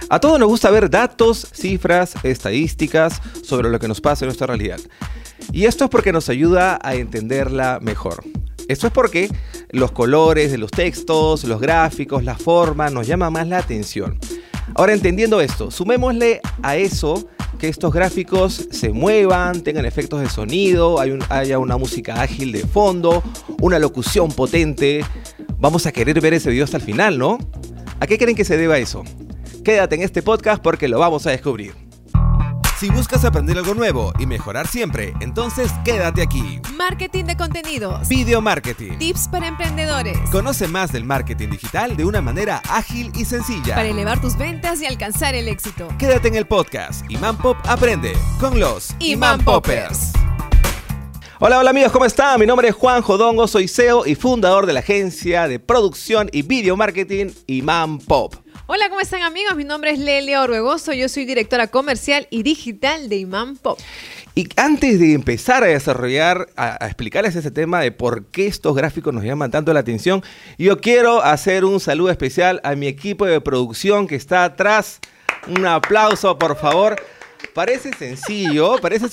A todos nos gusta ver datos, cifras, estadísticas sobre lo que nos pasa en nuestra realidad. Y esto es porque nos ayuda a entenderla mejor. Esto es porque los colores de los textos, los gráficos, la forma nos llama más la atención. Ahora, entendiendo esto, sumémosle a eso que estos gráficos se muevan, tengan efectos de sonido, haya una música ágil de fondo, una locución potente. Vamos a querer ver ese video hasta el final, ¿no? ¿A qué creen que se deba eso? Quédate en este podcast porque lo vamos a descubrir. Si buscas aprender algo nuevo y mejorar siempre, entonces quédate aquí. Marketing de contenidos. Video marketing. Tips para emprendedores. Conoce más del marketing digital de una manera ágil y sencilla. Para elevar tus ventas y alcanzar el éxito. Quédate en el podcast Imán Pop Aprende con los Imán Poppers. Hola amigos, ¿cómo están? Mi nombre es Juan Jodongo, soy CEO y fundador de la agencia de producción y video marketing Imán Pop. Hola, ¿cómo están amigos? Mi nombre es Lelia Orbegoso, yo soy directora comercial y digital de Imán Pop. Y antes de empezar a desarrollar, a explicarles ese tema de por qué estos gráficos nos llaman tanto la atención, yo quiero hacer un saludo especial a mi equipo de producción que está atrás. Un aplauso, por favor. Parece sencillo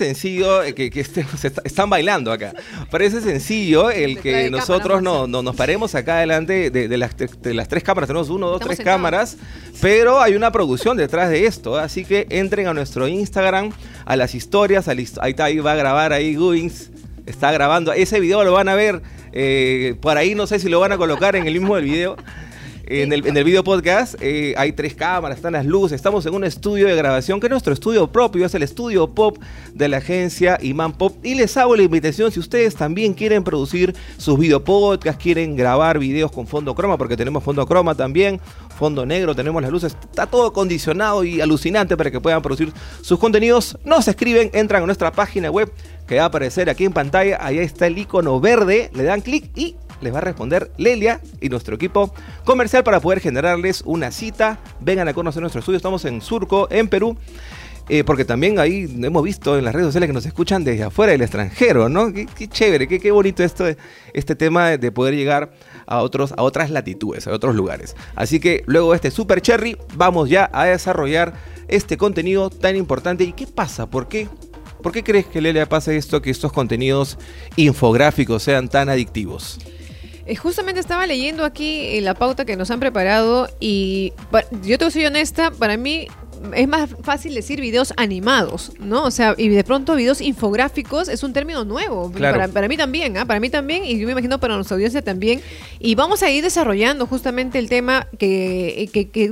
que están bailando acá. Parece sencillo el que nosotros nos paremos acá delante de las tres cámaras. Tenemos 1, 2, 3 cámaras, pero hay una producción detrás de esto. Así que entren a nuestro Instagram, a las historias. Ahí va a grabar ahí Guins. Está grabando. Ese video lo van a ver por ahí. No sé si lo van a colocar en el mismo del video. En el video podcast hay 3 cámaras, están las luces, estamos en un estudio de grabación que es nuestro estudio propio, es el estudio Pop de la agencia Imán Pop, y les hago la invitación si ustedes también quieren producir sus video podcasts, quieren grabar videos con fondo croma, porque tenemos fondo croma también, fondo negro, tenemos las luces, está todo acondicionado y alucinante para que puedan producir sus contenidos. Nos escriben, entran a nuestra página web que va a aparecer aquí en pantalla, allá está el icono verde, le dan clic y les va a responder Lelia y nuestro equipo comercial para poder generarles una cita. Vengan a conocer nuestro estudio, estamos en Surco, en Perú, porque también ahí hemos visto en las redes sociales que nos escuchan desde afuera del extranjero, ¿no? Qué chévere, qué bonito este tema de poder llegar a otras latitudes, a otros lugares. Así que luego de este Super Cherry, vamos ya a desarrollar este contenido tan importante. ¿Y qué pasa? ¿Por qué crees que, Lelia, pasa esto, que estos contenidos infográficos sean tan adictivos? Justamente estaba leyendo aquí la pauta que nos han preparado y yo te soy honesta, para mí es más fácil decir videos animados, ¿no? O sea, y de pronto videos infográficos es un término nuevo. Claro. Para mí también, para mí también, y yo me imagino para nuestra audiencia también. Y vamos a ir desarrollando justamente el tema que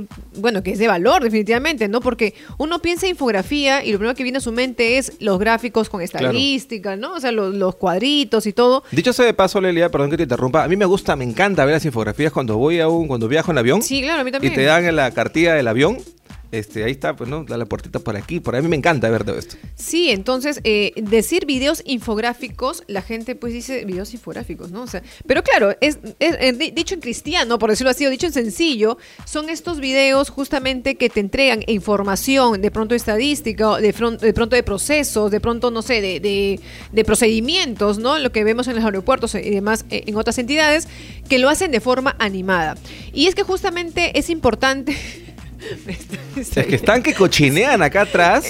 es de valor definitivamente, ¿no? Porque uno piensa en infografía y lo primero que viene a su mente es los gráficos con estadística, ¿no? O sea, los cuadritos y todo. Dicho sea de paso, Lelia, perdón que te interrumpa, a mí me encanta ver las infografías cuando viajo en avión. Sí, claro, a mí también. Y te dan en la cartilla del avión. Ahí está, pues, ¿no? Da la puertita por aquí. Por ahí a mí me encanta ver todo esto. Sí, entonces, decir videos infográficos, la gente pues dice videos infográficos, ¿no? O sea, pero claro, es dicho en cristiano, por decirlo así, o dicho en sencillo, son estos videos justamente que te entregan información, de pronto estadística, de pronto de procesos, de pronto, no sé, de procedimientos, ¿no? Lo que vemos en los aeropuertos y demás en otras entidades, que lo hacen de forma animada. Y es que justamente es importante... Es que están que cochinean acá atrás.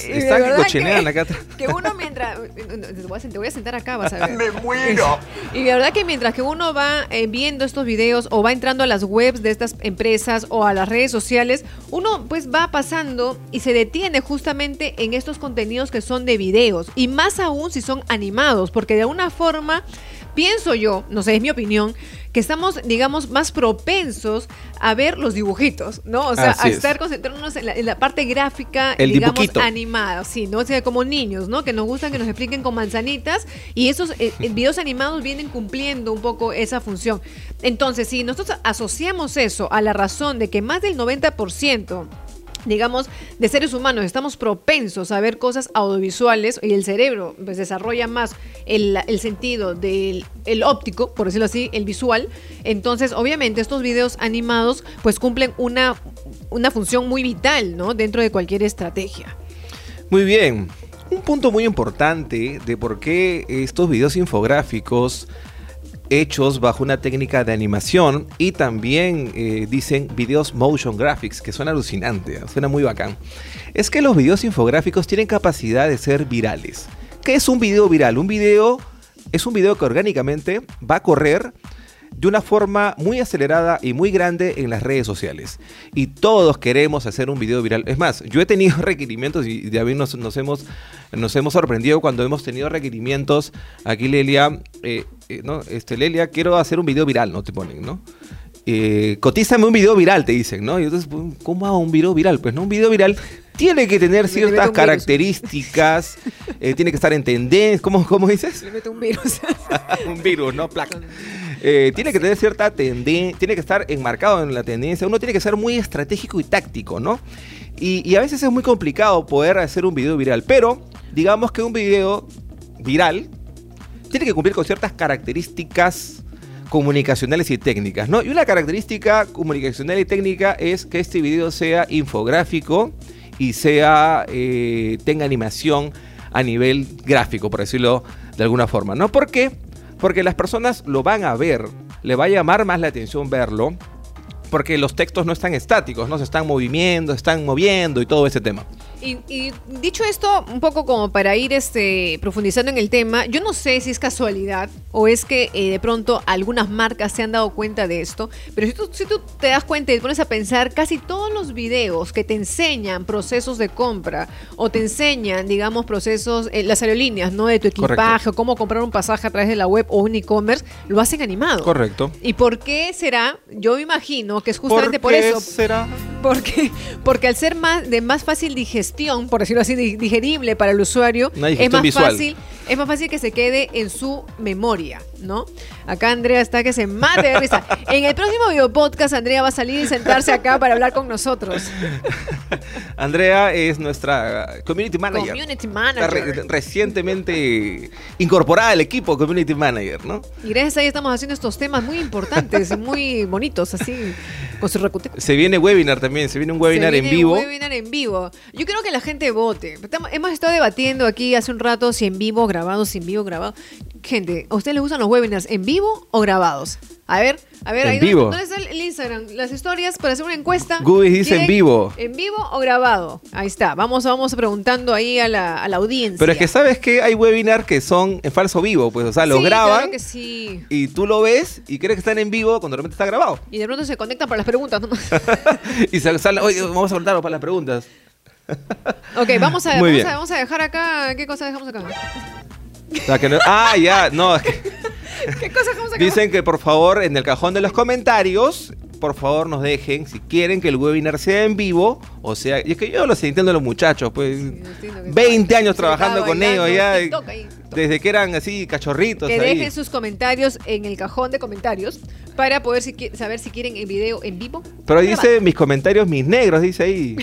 Que uno mientras... Te voy a sentar acá, vas a ver. ¡Me muero! Y la verdad que mientras que uno va viendo estos videos o va entrando a las webs de estas empresas o a las redes sociales, uno pues va pasando y se detiene justamente en estos contenidos que son de videos. Y más aún si son animados, porque de alguna forma... Pienso yo, no sé, es mi opinión, que estamos, digamos, más propensos a ver los dibujitos, ¿no? O sea, estar concentrándonos en la parte gráfica, digamos, dibuquito. Animada, sí, ¿no? O sea, como niños, ¿no? Que nos gustan que nos expliquen con manzanitas y esos videos animados vienen cumpliendo un poco esa función. Entonces, si nosotros asociamos eso a la razón de que más del 90%... digamos, de seres humanos estamos propensos a ver cosas audiovisuales y el cerebro pues desarrolla más el sentido del óptico, por decirlo así, el visual. Entonces, obviamente, estos videos animados pues cumplen una función muy vital, ¿no? Dentro de cualquier estrategia. Muy bien. Un punto muy importante de por qué estos videos infográficos hechos bajo una técnica de animación y también dicen videos motion graphics, que suena alucinante, suena muy bacán. Es que los videos infográficos tienen capacidad de ser virales. ¿Qué es un video viral? Un video es un video que orgánicamente va a correr de una forma muy acelerada y muy grande en las redes sociales. Y todos queremos hacer un video viral. Es más, yo he tenido requerimientos y de ahí nos hemos sorprendido cuando hemos tenido requerimientos. Aquí Lelia, ¿no? Lelia, quiero hacer un video viral, ¿no? Te ponen, ¿no? Cotízame un video viral, te dicen, ¿no? Y entonces, ¿cómo hago un video viral? Pues, ¿no? Un video viral tiene que tener ciertas características, tiene que estar en tendencia. ¿Cómo dices? Le meto un virus. Un virus, ¿no? Placa. Tiene que tener cierta tendencia, tiene que estar enmarcado en la tendencia, uno tiene que ser muy estratégico y táctico, ¿no? Y a veces es muy complicado poder hacer un video viral, pero digamos que un video viral tiene que cumplir con ciertas características comunicacionales y técnicas, ¿no? Y una característica comunicacional y técnica es que este video sea infográfico y tenga animación a nivel gráfico, por decirlo de alguna forma, ¿no? ¿Por qué? Porque las personas lo van a ver, le va a llamar más la atención verlo, porque los textos no están estáticos, no se están moviendo y todo ese tema. Y dicho esto, un poco como para ir profundizando en el tema, yo no sé si es casualidad o es que de pronto algunas marcas se han dado cuenta de esto, pero si tú te das cuenta y te pones a pensar, casi todos los videos que te enseñan procesos de compra o te enseñan, digamos, procesos, las aerolíneas, ¿no? De tu equipaje. Correcto. O cómo comprar un pasaje a través de la web o un e-commerce, lo hacen animado. Correcto. ¿Y por qué será? Yo me imagino que es justamente por eso. ¿Por qué será? Porque al ser de más fácil digestión, por decirlo así, digerible para el usuario, es más fácil que se quede en su memoria, ¿no? Acá Andrea está que se mate de risa. En el próximo video podcast, Andrea va a salir y sentarse acá para hablar con nosotros. Andrea es nuestra Community Manager. Está recientemente incorporada al equipo Community Manager, ¿no? Y gracias a ella estamos haciendo estos temas muy importantes, muy bonitos, así, con su recute. Se viene webinar también, se viene un webinar en vivo. Yo creo que la gente vote. Hemos estado debatiendo aquí hace un rato si en vivo, grabado, sin vivo, grabado. Gente, ¿a ustedes les gustan los webinars en vivo o grabados? A ver, ahí ¿dónde está el Instagram? Las historias para hacer una encuesta. Google dice en vivo. ¿En vivo o grabado? Ahí está. Vamos preguntando ahí a la audiencia. Pero es que sabes que hay webinars que son en falso vivo, pues, o sea, lo graban. Claro que sí. Y tú lo ves y crees que están en vivo cuando realmente está grabado. Y de pronto se conectan para las preguntas, ¿no? Y salen, oye, vamos a contarlo para las preguntas. Ok, vamos a dejar acá. ¿Qué cosa dejamos acá? O sea, que no, es que ¿qué cosa dejamos acá? Dicen que por favor en el cajón de los comentarios, por favor nos dejen si quieren que el webinar sea en vivo, o sea, y es que yo lo entiendo a los muchachos, pues sí, 20 años trabajando con ellos ya, desde que eran así cachorritos. Que dejen sus comentarios en el cajón de comentarios para poder saber si quieren el video en vivo. Pero ahí dice mis comentarios, mis negros, dice ahí.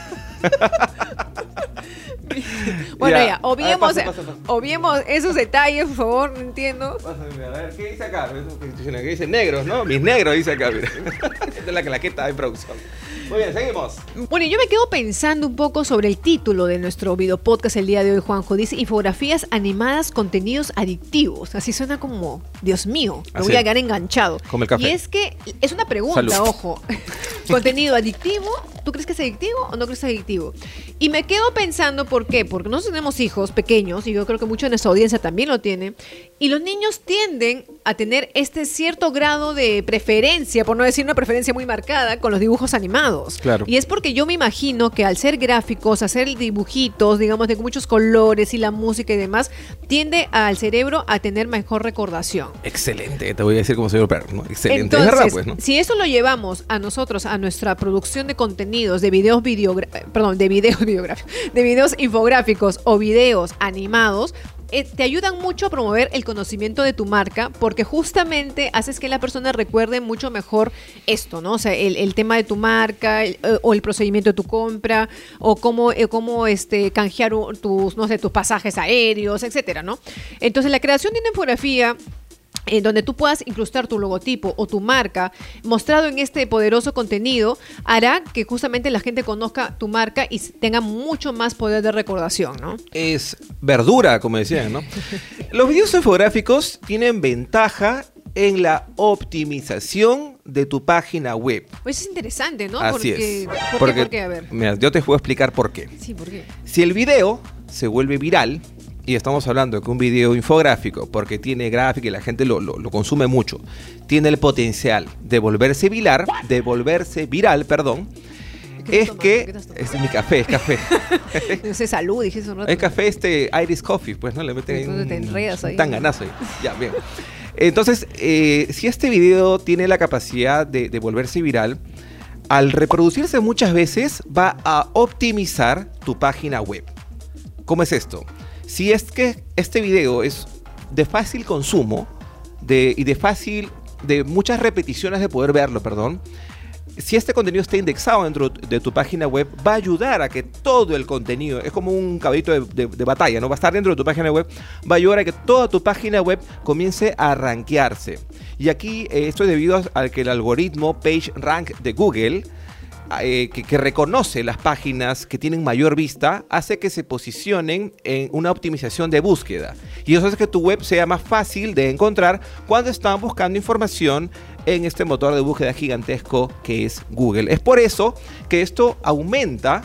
Bueno, ya, obviemos esos detalles, por favor, no entiendo. Pásame, a ver, ¿qué dice acá? ¿Qué dice negros, no? Mis negros dice acá, mira. Esta es la claqueta de producción. Muy bien, seguimos. Bueno, yo me quedo pensando un poco sobre el título de nuestro video podcast el día de hoy, Juanjo. Dice infografías animadas, contenidos adictivos. Así suena como, Dios mío, me voy a quedar enganchado. Como el café. Y es que es una pregunta, Salud. Ojo. ¿Contenido adictivo? ¿Tú crees que es adictivo o no crees que es adictivo? Y me quedo pensando, ¿por qué? Porque nosotros tenemos hijos pequeños, y yo creo que mucha de nuestra audiencia también lo tiene, y los niños tienden a tener este cierto grado de preferencia, por no decir una preferencia muy marcada, con los dibujos animados. Claro. Y es porque yo me imagino que al ser gráficos, hacer dibujitos, digamos, de muchos colores y la música y demás, tiende al cerebro a tener mejor recordación. Excelente, te voy a decir como señor perro, ¿no? Excelente. Entonces, es verdad, pues, ¿no? Si eso lo llevamos a nosotros, a nuestra producción de contenidos, de videos infográficos o videos animados, te ayudan mucho a promover el conocimiento de tu marca, porque justamente haces que la persona recuerde mucho mejor esto, ¿no? O sea, el tema de tu marca, o el procedimiento de tu compra, o cómo canjear tus pasajes aéreos, etcétera, ¿no? Entonces, la creación de una infografía en donde tú puedas incrustar tu logotipo o tu marca mostrado en este poderoso contenido, hará que justamente la gente conozca tu marca y tenga mucho más poder de recordación, ¿no? Es verdura, como decían, ¿no? Los videos infográficos tienen ventaja en la optimización de tu página web. Pues es interesante, ¿no? Así es. ¿Por qué? A ver. Mira, yo te puedo explicar por qué. Sí, ¿por qué? Si el video se vuelve viral, y estamos hablando de que un video infográfico, porque tiene gráfica y la gente lo consume mucho, tiene el potencial de volverse viral, es mi café, es café. No sé, salud, dije eso un rato. Es café Irish Coffee, pues, ¿no? Le meten ahí te enredas ahí. Un tanganazo ahí. Ya, bien. Entonces, si este video tiene la capacidad de volverse viral, al reproducirse muchas veces va a optimizar tu página web. ¿Cómo es esto? Si es que este video es de fácil consumo y de muchas repeticiones de poder verlo, si este contenido está indexado dentro de tu página web, va a ayudar a que todo el contenido, es como un caballito de batalla, ¿no? Va a estar dentro de tu página web, va a ayudar a que toda tu página web comience a rankearse. Y aquí esto es debido a que el algoritmo PageRank de Google, que reconoce las páginas que tienen mayor vista, hace que se posicionen en una optimización de búsqueda. Y eso hace que tu web sea más fácil de encontrar cuando están buscando información en este motor de búsqueda gigantesco que es Google. Es por eso que esto aumenta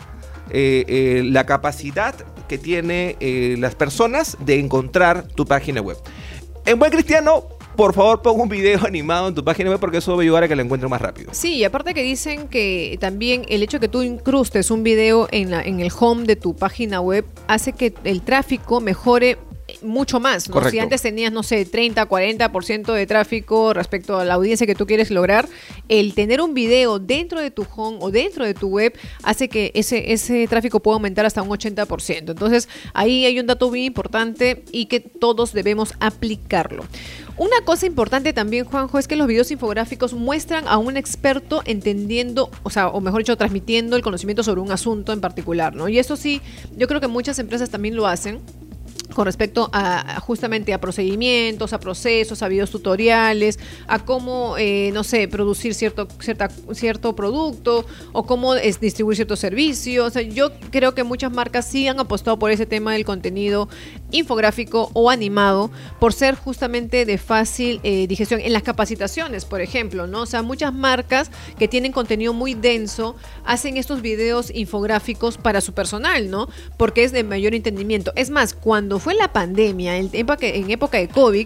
la capacidad que tiene las personas de encontrar tu página web. En buen cristiano, por favor, pon un video animado en tu página web porque eso va a ayudar a que lo encuentres más rápido. Sí, y aparte que dicen que también el hecho de que tú incrustes un video en el home de tu página web hace que el tráfico mejore mucho más, ¿no? Si antes tenías, no sé, 30, 40% de tráfico respecto a la audiencia que tú quieres lograr, el tener un video dentro de tu home o dentro de tu web hace que ese tráfico pueda aumentar hasta un 80%. Entonces, ahí hay un dato muy importante y que todos debemos aplicarlo. Una cosa importante también, Juanjo, es que los videos infográficos muestran a un experto entendiendo, o mejor dicho, transmitiendo el conocimiento sobre un asunto en particular, ¿no? Y eso sí, yo creo que muchas empresas también lo hacen con respecto a justamente a procedimientos, a procesos, a videos tutoriales, a cómo, no sé, producir cierto producto o cómo distribuir ciertos servicios. O sea, yo creo que muchas marcas sí han apostado por ese tema del contenido infográfico o animado por ser justamente de fácil digestión. En las capacitaciones, por ejemplo, ¿no? O sea, muchas marcas que tienen contenido muy denso hacen estos videos infográficos para su personal, ¿no? Porque es de mayor entendimiento. Es más, cuando fue la pandemia, en época de COVID,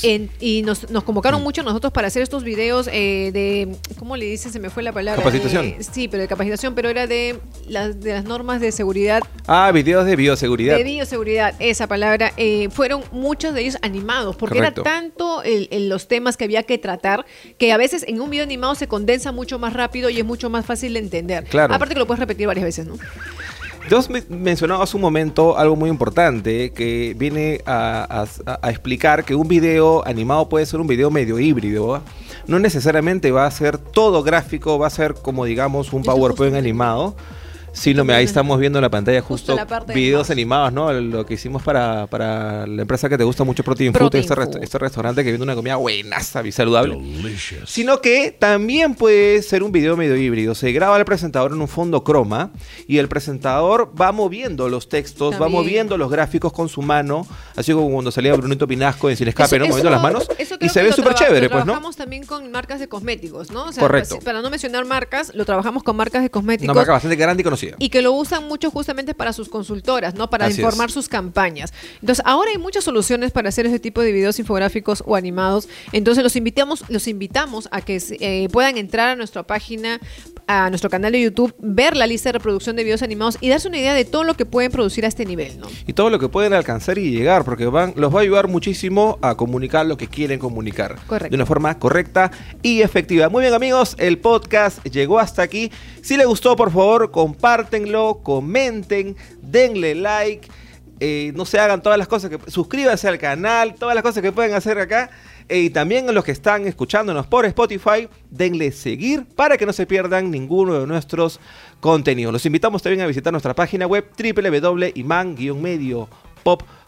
y nos convocaron mucho nosotros para hacer estos videos de, ¿cómo le dicen? Se me fue la palabra. Capacitación. Sí, pero de capacitación, pero era de las normas de seguridad. Videos de bioseguridad. De bioseguridad, esa palabra. Fueron muchos de ellos animados, porque Correcto. Era tanto los temas que había que tratar, que a veces en un video animado se condensa mucho más rápido y es mucho más fácil de entender. Claro. Aparte que lo puedes repetir varias veces, ¿no? Dos mencionaba hace un momento algo muy importante que viene a explicar que un video animado puede ser un video medio híbrido. No necesariamente va a ser todo gráfico, va a ser como digamos un PowerPoint animado. Sí, ahí estamos viendo en la pantalla justo videos animados, ¿no? Lo que hicimos para la empresa que te gusta mucho, Protein Food, este restaurante que vende una comida buenaza y saludable. Delicious. Sino que también puede ser un video medio híbrido. Se graba el presentador en un fondo croma y el presentador va moviendo los textos, también va moviendo los gráficos con su mano, así como cuando salía Brunito Pinasco en Sin Escape, ¿no? Moviendo las manos y se ve súper chévere, pues, ¿no? Trabajamos también con marcas de cosméticos, ¿no? O sea, correcto. Para no mencionar marcas, lo trabajamos con marcas de cosméticos. Una marca bastante grande y conocida. Y que lo usan mucho justamente para sus consultoras, ¿no? Para informar sus campañas. Entonces, ahora hay muchas soluciones para hacer ese tipo de videos infográficos o animados. Entonces, los invitamos a que puedan entrar a nuestra página, a nuestro canal de YouTube, ver la lista de reproducción de videos animados y darse una idea de todo lo que pueden producir a este nivel, ¿no? Y todo lo que pueden alcanzar y llegar, porque los va a ayudar muchísimo a comunicar lo que quieren comunicar. Correcto. De una forma correcta y efectiva. Muy bien, amigos, el podcast llegó hasta aquí. Si les gustó, por favor, compártenlo, comenten, denle like, no se hagan todas las cosas suscríbanse al canal, todas las cosas que pueden hacer acá. Y también a los que están escuchándonos por Spotify, denle seguir para que no se pierdan ninguno de nuestros contenidos. Los invitamos también a visitar nuestra página web www.iman-mediopop.com.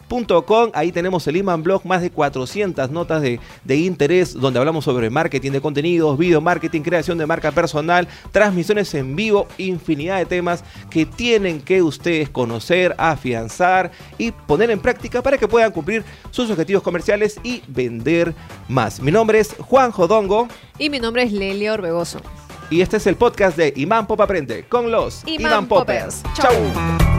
Ahí tenemos el Iman Blog, más de 400 notas de interés donde hablamos sobre marketing de contenidos, video marketing, creación de marca personal, transmisiones en vivo, infinidad de temas que tienen que ustedes conocer, afianzar y poner en práctica para que puedan cumplir sus objetivos comerciales y vender más. Mi nombre es Juan Jodongo. Y mi nombre es Lelia Orbegoso. Y este es el podcast de Imán Pop Aprende con los Imán Poppers. ¡Chau!